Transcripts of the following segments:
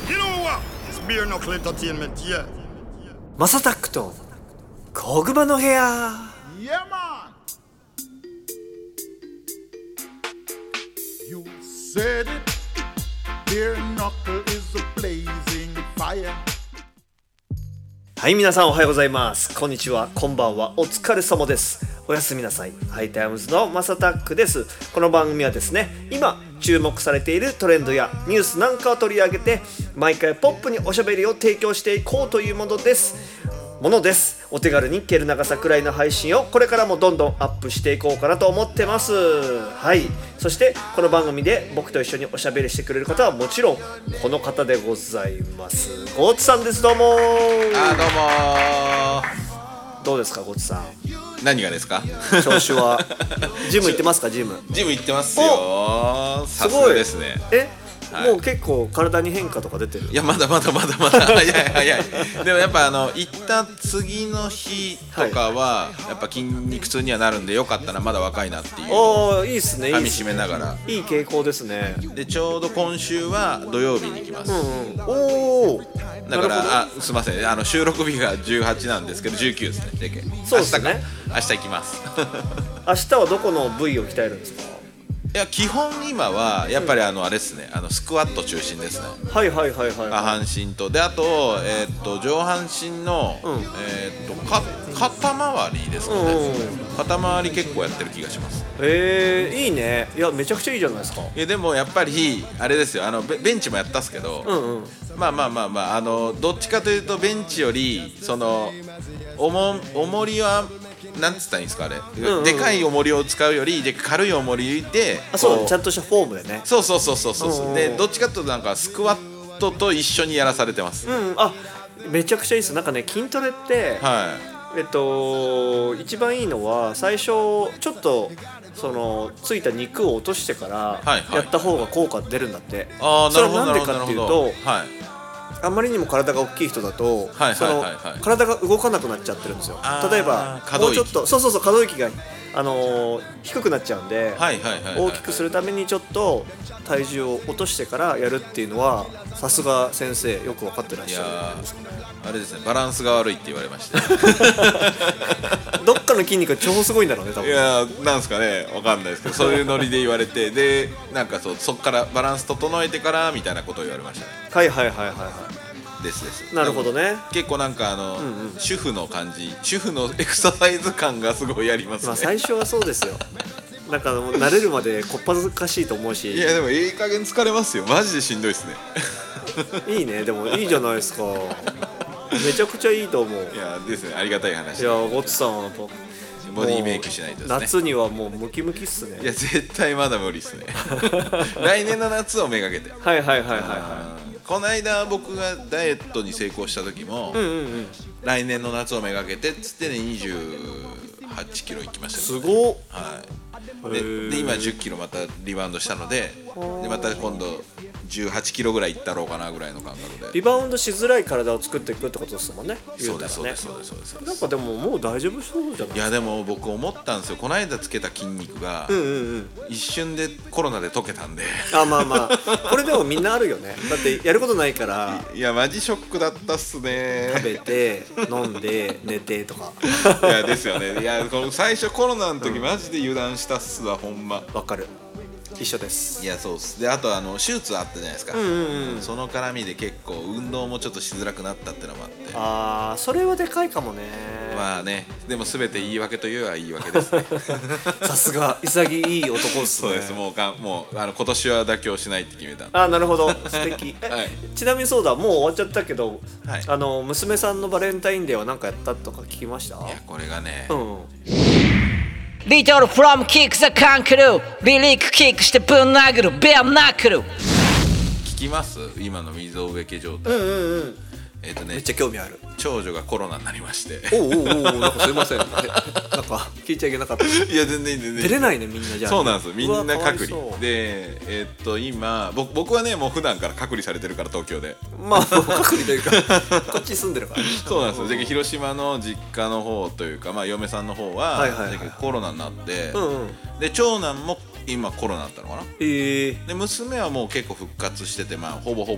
You know what? It's beer knuckle entertainment, yeah. マサタックと小熊の部屋。 Yeah, man. You said it. Beer knuckle is a blazing fire. はい、皆さんおはようございます。こんにちは、こんばんは、お疲れ様です。おやすみなさい。ハイタイムズのマサタックです。この番組はですね、今注目されているトレンドやニュースなんかを取り上げて、毎回ポップにおしゃべりを提供していこうというものです。お手軽に聞ける長さくらいの配信をこれからもどんどんアップしていこうかなと思ってます。はい。そしてこの番組で僕と一緒におしゃべりしてくれる方はもちろんこの方でございます。ゴッツさんです。どうも。 どうもどうですかゴッツさん。 何がですか？ 調子は。ジム行ってますか？ジム行ってますよ。さすがですね。 もう結構体に変化とか出てる？ いやまだ早いでもやっぱ行った次の日とかは、やっぱ筋肉痛にはなるんでよかったな、まだ若いなっていう。 いいっすね。 噛み締めながらいい傾向ですね。 でちょうど今週は土曜日に行きます。 おお。 だからすいません、収録日が18なんですけど19ですね。 そうですね。 明日行きます。 明日はどこの部位を鍛えるんですか？ いや基本今はやっぱりあれですね、スクワット中心ですね。 はい下半身とで、あと上半身の肩周りですかね。肩周り結構やってる気がします。 いいね。いやめちゃくちゃいいじゃないですか。 でもやっぱりあれですよ、ベンチもやったっすけど、まあどっちかというとベンチよりその重りはなんつったらいいんですか、あれ、でかい重りを使うより軽い重りで、 そうちゃんとしたフォームでね。 そうで、どっちかというとなんかスクワットと一緒にやらされてます。 めちゃくちゃいいです。なんかね、筋トレって、一番いいのは最初ちょっとそのついた肉を落としてからやった方が効果出るんだって。それはなんでかっていうと、あまりにも体が大きい人だと、体が動かなくなっちゃってるんですよ。例えばもうちょっと可動域が低くなっちゃうんで、大きくするためにちょっと体重を落としてからやるっていうのは、さすが先生よく分かってらっしゃるんですかね。 あれですね、バランスが悪いって言われました。 どっかの筋肉が超すごいんだろうね、多分。 いやなんすかね、分かんないですけど、そういうノリで言われて、でなんかそっからバランス整えてからみたいなことを言われましたね。ですなるほどね。 結構なんか主婦の感じ、主婦のエクササイズ感がすごいありますね。 最初はそうですよ。なんか慣れるまでこっぱずかしいと思うし。 いやでもいい加減疲れますよ、マジでしんどいですね。 いいね、でもいいじゃないですか。めちゃくちゃいいと思う。 いやですね、ありがたい話。 いやゴッツさんはボディメイクしないとですね。 夏にはもうムキムキっすね。 いや絶対まだ無理っすね。来年の夏をめがけて。この間僕がダイエットに成功した時も、来年の夏をめがけてっつってね、28キロいきました。 すごっ。 で今10キロまたリバウンドしたので、また今度18キロぐらいいったろうかなぐらいの感覚で。 リバウンドしづらい体を作っていくってことですもんね。 そうです。 なんかでももう大丈夫そうじゃないですか。 いやでも僕思ったんですよ、この間つけた筋肉が一瞬でコロナで溶けたんで。 これでもみんなあるよね。だってやることないから。 いやマジショックだったっすね。 食べて飲んで寝てとか。 いやですよね。いやこの最初コロナの時マジで油断したっすわ、ほんま。 わかる。一緒です。 いやそうっす。であと手術あったじゃないですか。その絡みで結構運動もちょっとしづらくなったってのもあって。 それはでかいかもね。 まあね、でも全て言い訳といえば言い訳ですね。 さすが潔い男っすね。 そうです。もう今年は妥協しないって決めた。 なるほど、素敵。ちなみにそうだ、もう終わっちゃったけど、娘さんのバレンタインデーは何かやったとか聞きました？ いやこれがね、 リトルフロムキックザカンクルー、リリックキックしてぶん殴るベアナックル。 聞きます？今の溝植家状態。 めっちゃ興味ある。 長女がコロナになりまして。 なんかすいません。なんか聞いちゃいけなかった。 いや全然出れないね、みんな。じゃあそうなんですよ、みんな隔離で。今僕はねもう普段から隔離されてるから、東京で。 隔離というかこっち住んでるから。 そうなんですよ。で広島の実家の方というか、嫁さんの方はコロナになって、で長男も今コロナだったのかな。で娘はもう結構復活してて、ほぼほぼ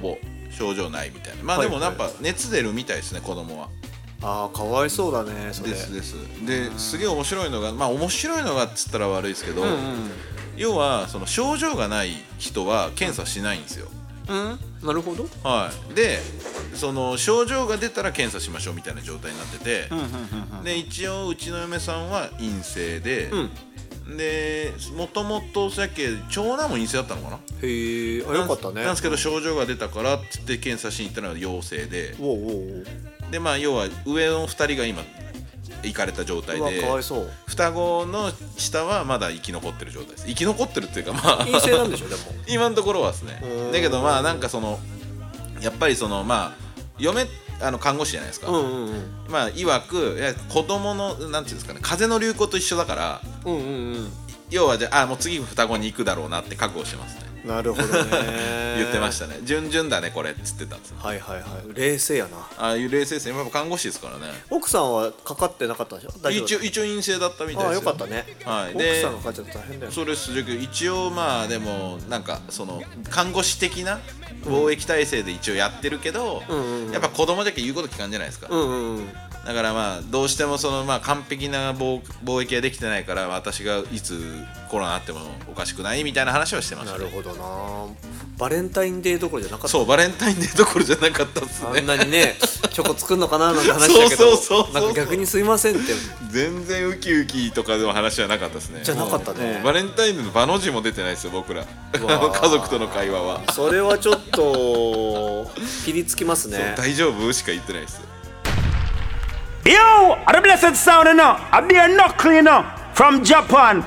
症状ないみたいな。まあでもやっぱ熱出るみたいですね、子供は。 ああ、かわいそうだねそれ。 ですですげえ面白いのが、まあ面白いのがっつったら悪いですけど、要はその症状がない人は検査しないんですよ。 なるほど。 はい。でその症状が出たら検査しましょうみたいな状態になってて、で一応うちの嫁さんは陰性で、でもともとさっき長男も陰性だったのかな。 へえ、あ、よかったね。 なんですけど症状が出たからって言って検査しに行ったのは陽性で、でまあ要は上の2人が今行かれた状態で、 かわいそう。 双子の下はまだ生き残ってる状態です。生き残ってるっていうか、まあ陰性なんでしょでも今のところはですね。だけどまあなんかそのやっぱりそのまあ看護師じゃないですか。まあ曰く子供のなんていうんですかね、風邪の流行と一緒だから、要はじゃあもう次双子に行くだろうなって覚悟してますね。 なるほどね言ってましたね。順々だねこれっつってたんです。 はいはいはい、冷静やな。 ああいう冷静ですね。やっぱ看護師ですからね。 奥さんはかかってなかったでしょ。大丈夫。 一応陰性だったみたいですよ。 ああ、よかったね。 はい。 奥さんがかかっちゃったら大変だよね。 それする一応まあでもなんかその看護師的な防疫体制で一応やってるけど、やっぱ子供だけ言うこと聞かんじゃないですか。だからまあどうしてもそのまあ完璧な貿易ができてないから、私がいつコロナあってもおかしくないみたいな話はしてましたね。 なるほどな。バレンタインデーどころじゃなかった。 そう、バレンタインデーどころじゃなかったっすね。 あんなにねチョコ作るのかななんて話だけど、 そうなんか逆にすいませんって全然ウキウキとかの話はなかったですね。 じゃなかったね。 バレンタインデーの場の字も出てないですよ僕ら家族との会話は。 それはちょっとピリつきますね。 大丈夫しか言ってないです。 Yo, the blessed sound enough. I be a knuckle, you know, from Japan.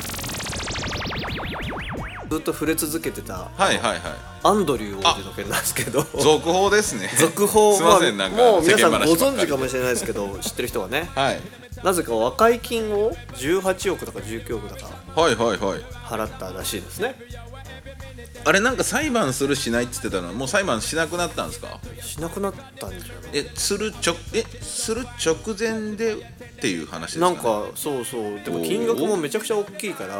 ずっと触れ続けてたアンドリュー王子の件なんですけど、 続報ですね。 続報。 すいません、なんかもう皆さんご存知かもしれないですけど、知ってる人はね、なぜか和解金を18億とか19億とか払ったらしいですね。 あれなんか裁判するしないって言ってたのはもう裁判しなくなったんですか。 しなくなったんじゃない。 する直前でっていう話ですかね。 なんかそうそう。でも金額もめちゃくちゃ大きいから、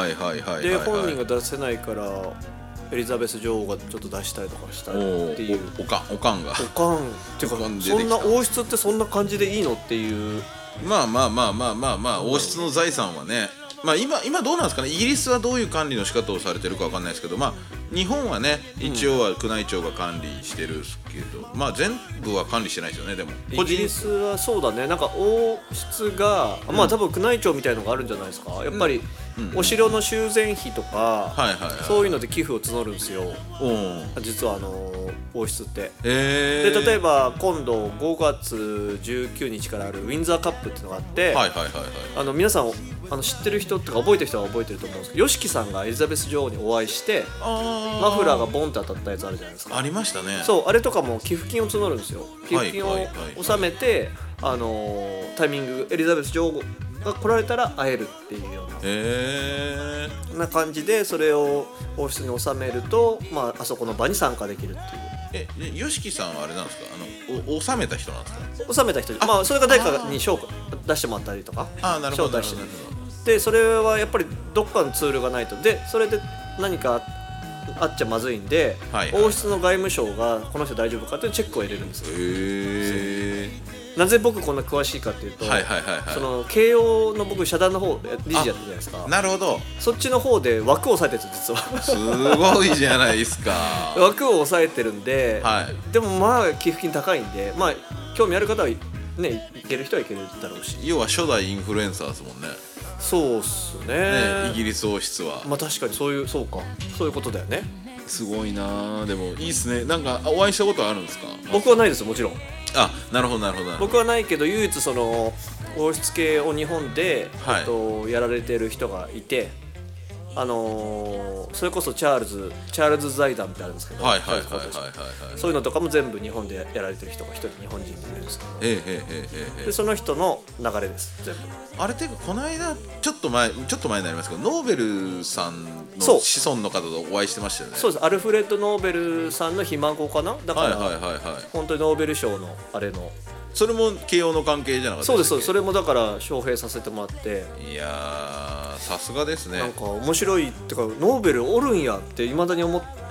で本人が出せないからエリザベス女王がちょっと出したりとかしたっていう。 おかんっていうか、そんな王室ってそんな感じでいいのっていう。 まあ王室の財産はね、まあ今どうなんですかね。イギリスはどういう管理の仕方をされてるかわかんないですけど、まあ日本はね一応は宮内庁が管理してるけど、まあ全部は管理してないですよね。でもイギリスはそうだね。なんか王室が、まあ多分宮内庁みたいのがあるんじゃないですか。やっぱりお城の修繕費とか、そういうので寄付を募るんですよ。実は王室って。で例えば今度5月19日からあるウィンザーカップっていうのがあって、皆さん知ってる人とか覚えてる人は覚えてると思うんですけど、YOSHIKIさんがエリザベス女王にお会いしてマフラーがボンって当たったやつあるじゃないですか。 ありましたね。 そう、あれとかも寄付金を募るんですよ。寄付金を納めて、タイミングエリザベス女王が来られたら会えるっていうような感じで、それを王室に納めると、まああそこの場に参加できるっていう。 YOSHIKIさんはあれなんですか。納めた人なんですか。 納めた人。まあそれが誰かに出してもらったりとか。招待してで、それはやっぱりどっかのツールがないと。でそれで何かあっちゃまずいんで、王室の外務省がこの人大丈夫かっていうチェックを入れるんですよ。なぜ僕こんな詳しいかっていうと、その慶応の僕社団の方理事やってるじゃないですか。 なるほど。 そっちの方で枠を押さえてるんですよ実は。 すごいじゃないですか。 枠を押さえてるんで、でもまあ寄付金高いんで、まあ興味ある方はね行ける人は行けるだろうし。 要は初代インフルエンサーですもんね。 そうっすね。 イギリス王室は。 まあ確かにそういうことだよね。 すごいな。でもいいっすね。なんかお会いしたことあるんですか。 僕はないです、もちろん。 なるほど。 僕はないけど、唯一その王室系を日本で、やられてる人がいて、それこそチャールズ財団ってあるんですけど、そういうのとかも全部日本でやられてる人が一人日本人でいるんですけど、でその人の流れです全部。 あれてかこの間ちょっと前になりますけど、ノーベルさんの子孫の方とお会いしてましたよね。 そうです。アルフレッド・ノーベルさんのひ孫かな。だから本当にノーベル賞のあれの。 それも慶応の関係じゃなかったですか。そうです。それもだから招聘させてもらって。 いやーさすがですね。 なんか面白いってか、ノーベルおるんやって未だに思っ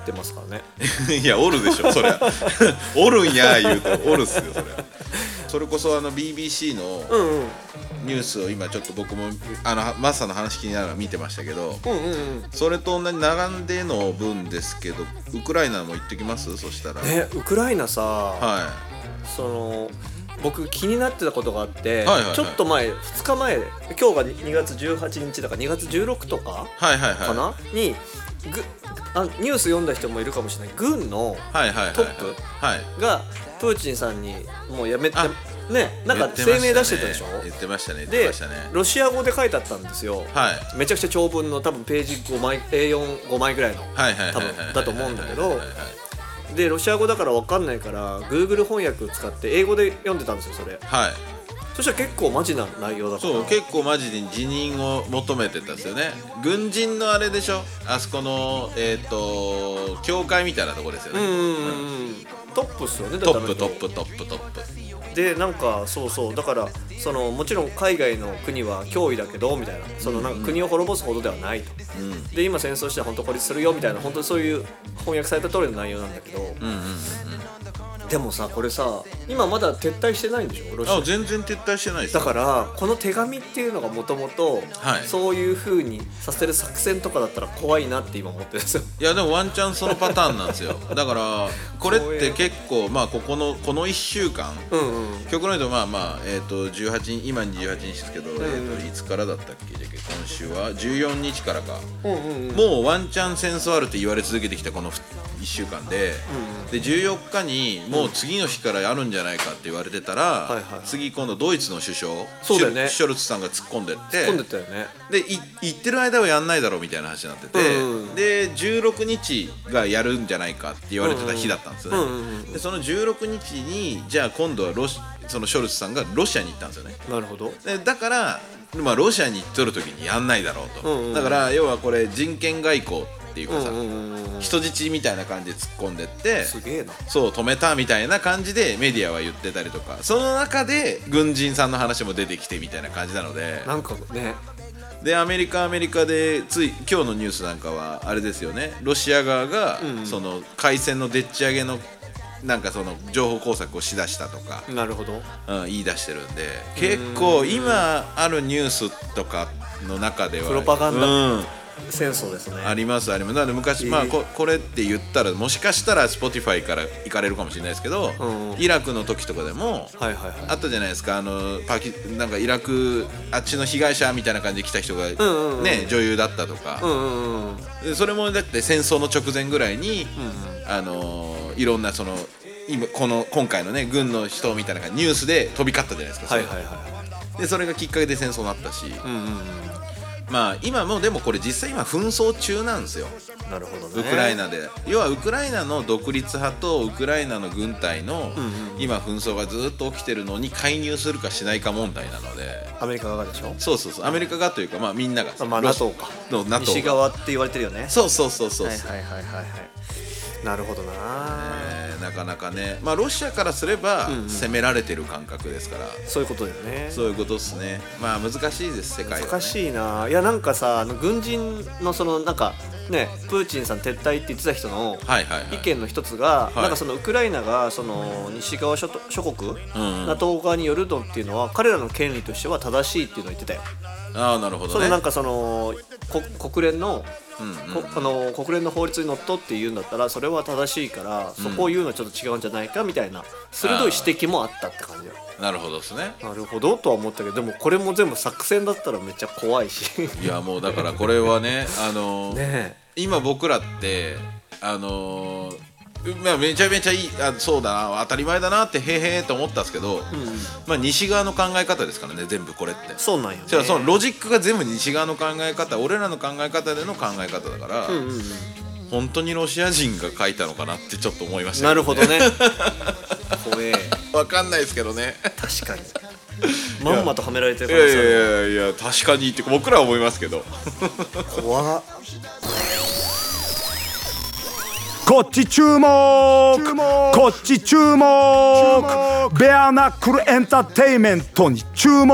ってますからねいやおるでしょそりゃおるんや言うとおるっすよそりゃ。それこそBBC のニュースを今ちょっと僕もマッサの話気になるの見てましたけど、それと同じ並んでの分ですけどウクライナも行ってきます？そしたらウクライナさ、 はい、 その僕気になってたことがあって、 はいはいはい、 ちょっと前2日前今日が2月18日だから2月16とかかな、にニュース読んだ人もいるかもしれない軍のトップがプーチンさんにもうやめてね、なんか声明出してたでしょ。 言ってましたね。 でロシア語で書いてあったんですよ、 はい、 めちゃくちゃ長文の多分ページ5枚 A45 枚ぐらいの多分だと思うんだけど、でロシア語だから分かんないから Google 翻訳を使って英語で読んでたんですよそれ。はい。そしたら結構マジな内容だった。 そう結構マジで辞任を求めてたんですよね。軍人のあれでしょ、あそこの教会みたいなとこですよね。 トップっすよね。 トップでなんかそうだからそのもちろん海外の国は脅威だけどみたいな、そのなんか国を滅ぼすほどではないと、で今戦争して本当孤立するよみたいな、本当にそういう翻訳された通りの内容なんだけど、でもさこれさ今まだ撤退してないんでしょロシア。 全然撤退してないですよ。だからこの手紙っていうのがもともとそういう風にさせる作戦とかだったら怖いなって今思ってるんですよ。 いやでもワンチャンそのパターンなんですよだからこれって結構まあこの1週間、極論言うと18日今28日ですけど、いつからだったっけ。じゃあ今週は14日からか、もうワンチャン戦争あるって言われ続けてきたこの1週間で、で14日にもう次の日からあるんじゃないかって言われてたら、次今度ドイツの首相ショルツさんが突っ込んでってたよね。 で行ってる間はやんないだろうみたいな話になってて、で16日がやるんじゃないかって言われてた日だったんですよね。でその16日にじゃあ今度はそのショルツさんがロシアに行ったんですよね。 なるほど。 でだからロシアに行っとる時にやんないだろうと、だから要はこれ人権外交っていうかさ、人質みたいな感じで突っ込んでって、 すげえな。 そう止めたみたいな感じでメディアは言ってたりとか、その中で軍人さんの話も出てきてみたいな感じなので、 なんかね。 でアメリカでつい今日のニュースなんかはあれですよね、ロシア側がその海戦のでっち上げのなんかその情報工作をしだしたとか、 なるほど、 言い出してるんで、結構今あるニュースとかの中ではプロパガンダ、戦争ですね。 あります。なので昔、これって言ったらもしかしたら Spotify から行かれるかもしれないですけど、イラクの時とかでもあったじゃないですか。なんかイラクあっちの被害者みたいな感じで来た人がね、女優だったとか、それもだって戦争の直前ぐらいにいろんなその今回のね軍の人みたいな感じニュースで飛び交ったじゃないですか。でそれがきっかけで戦争になったし、今もでもこれ実際今紛争中なんですよ。 なるほどね。 ウクライナで、要はウクライナの独立派とウクライナの軍隊の今紛争がずっと起きてるのに介入するかしないか問題なので、 アメリカ側でしょ。 そうアメリカ側というかみんなが NATO か西側って言われてるよね。 そうなるほどな。 なかなかね、ロシアからすれば攻められてる感覚ですから、 そういうことだよね。 そういうことですね。難しいです世界はね。 難しいな。いやなんかさ軍人のそのなんかねプーチンさん撤退って言ってた人の意見の一つが、なんかそのウクライナがその西側諸国、NATO 側によるのっていうのは彼らの権利としては正しいっていうのを言ってたよ。 なるほどね。 そのなんかその国連の国連の法律にのっとって言うんだったらそれは正しいから、そこを言うのはちょっと違うんじゃないかみたいな鋭い指摘もあったって感じよ。 なるほどですね。 なるほどとは思ったけど、でもこれも全部作戦だったらめっちゃ怖いしいやもうだからこれはね今僕らってめちゃめちゃいいそうだな当たり前だなってへーと思ったんですけど、西側の考え方ですからね全部これって。 そうなんよね。 じゃあそのロジックが全部西側の考え方、俺らの考え方での考え方だから、本当にロシア人が書いたのかなってちょっと思いました、 なるほどね怖え。 分かんないですけどね。 確かにまんまとはめられてるからさ。 いや確かにって僕らは思いますけど怖っ。 こっち注目こっち注目ベアナックルエンターテイメントに注目。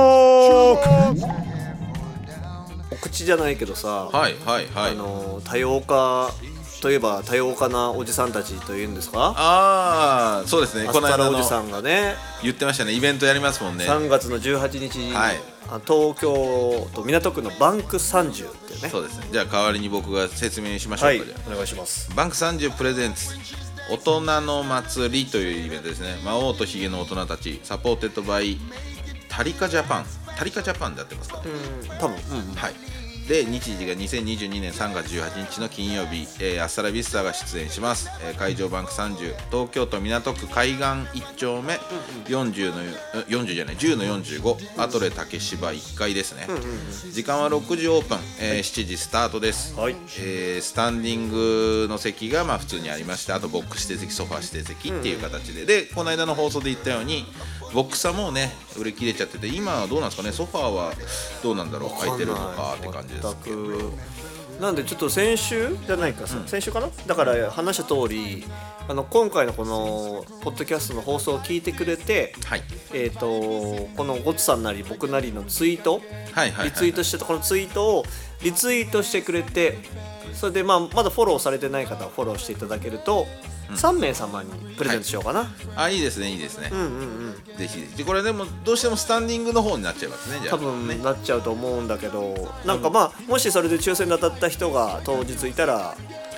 口じゃないけどさ、 はい多様化といえば多様化なおじさんたちというんですか。 ああそうですね、 アスタラおじさんがね言ってましたね、イベントやりますもんね。 3月の18日に、 はい、 東京都港区のバンク30っていうね。 そうですね、じゃあ代わりに僕が説明しましょうか。 はい、 じゃあお願いします。 バンク30プレゼンツ大人の祭りというイベントですね。魔王とヒゲの大人たちサポーテッドバイタリカジャパンでやってますかね。 多分、 はい。で日時が2022年3月18日の金曜日、アスタラビスタが出演します。会場バンク30、東京都港区海岸1丁目、10の45アトレ竹芝1階ですね。時間は6時オープン、7時スタートです。 はい。 スタンディングの席が普通にありまして、あとボックス指定席、ソファー指定席っていう形で、でこの間の放送で言ったようにボックスはもうね売り切れちゃってて、今はどうなんですかね、ソファーはどうなんだろう、空いてるのかって感じですけど。 なんでちょっと先週じゃないか、先週かな、だから話した通り今回のこのポッドキャストの放送を聞いてくれて、 はい、 このゴッツさんなり僕なりのツイート、リツイートしてたこのツイートをリツイートしてくれて、それでまだフォローされてない方はフォローしていただけると、3名様にプレゼントしようかな。 はい、いいですねいいですね。ぜひぜひ。これでもどうしてもスタンディングの方になっちゃいますね。じゃあ多分なっちゃうと思うんだけど、なんかもしそれで抽選で当たった人が当日いたら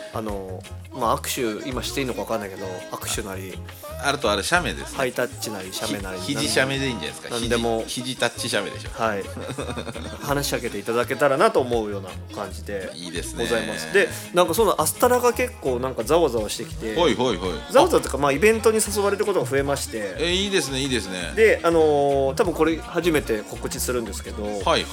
握手今していいのか分かんないけど、握手なりあるとあれ写メですね。 ハイタッチなり写メなり肘写メでいいんじゃないですか。 何でも肘タッチ写メでしょ。 はい話しかけていただけたらなと思うような感じでいいですねございます。でなんかそのアスタラが結構なんかざわざわしてきて、ざわざわというかイベントに誘われることが増えまして、 いいですねいいですね。 で多分これ初めて告知するんですけど、 はい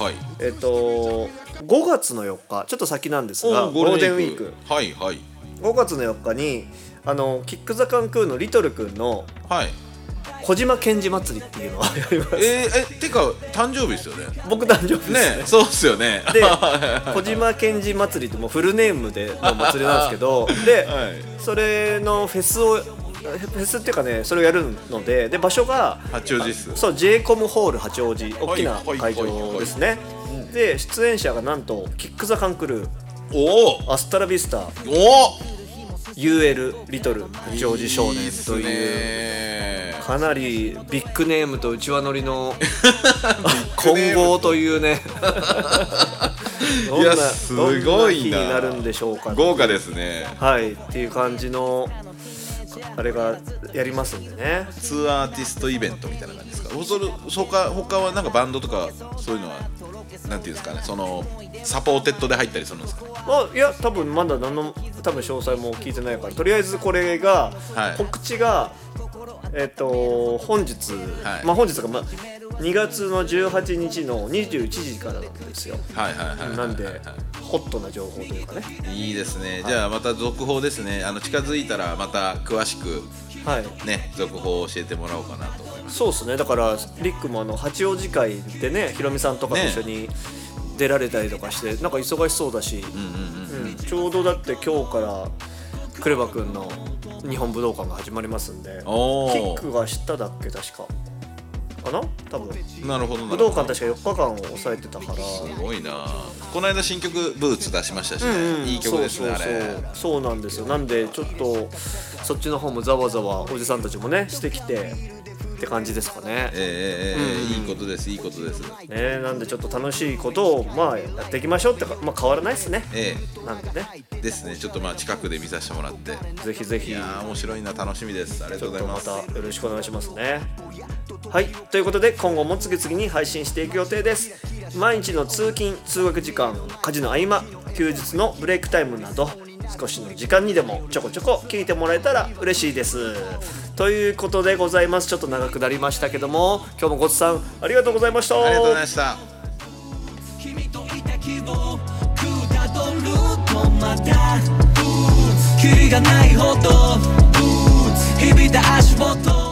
5月の4日ちょっと先なんですが、ゴールデンウィーク、 はいはい、 5月の4日にキック・ザ・カンクーンのリトル君の小島健二祭りっていうのをやります。 てか誕生日ですよね。 僕誕生日ですね。 そうですよね。 で小島健二祭りってもうフルネームでの祭りなんですけどで、それのフェスっていうかね、それをやるので、場所が八王子です。 そう J コムホール八王子、大きな会場ですね。で出演者がなんとキック・ザ・カンクルー、アスタラビスタ、UL リトル八王子少年というかなりビッグネームと内輪乗りの混合というねいやすごいな、 どんな日になるんでしょうか。 豪華ですね。 はいっていう感じのあれがやりますんでね。 ツーアーティストイベントみたいな感じですか。他はなんかバンドとかそういうのはなんていうんですかね、そのサポーテッドで入ったりするんですか。 いや多分まだ多分詳細も聞いてないから、とりあえずこれが、告知が本日、本日が2月の18日の21時からなんですよ。なんでホットな情報というかね。 いいですね。じゃあまた続報ですね。近づいたらまた詳しくね、続報を教えてもらおうかなと思います。 そうですね。だからリックも八王子会でね、ひろみさんとかと一緒に出られたりとかして、なんか忙しそうだし、ちょうどだって今日からクレバ君の日本武道館が始まりますんで、キックが明日だっけ確かかな、多分。 なるほど。 武道館確か4日間を抑えてたから。 すごいな。この間新曲ブーツ出しましたしね、いい曲ですね。 そうなんですよ。なんでちょっとそっちの方もざわざわおじさんたちもねしてきてって感じですかね。 いいことですいいことですね。なんでちょっと楽しいことをやっていきましょうってか、変わらないですね。なんでねですね。ちょっと近くで見させてもらって、 ぜひぜひ。 いや面白いな、楽しみです。ありがとうございます。 ちょっとまたよろしくお願いしますね。はい、ということで今後も次々に配信していく予定です。毎日の通勤通学時間、家事の合間、休日のブレイクタイムなど少しの時間にでもちょこちょこ聞いてもらえたら嬉しいです。ということでございます。ちょっと長くなりましたけども、今日もごつさんありがとうございました。 ありがとうございました。 君といた希望たどるとまたキリがないほど響いた足元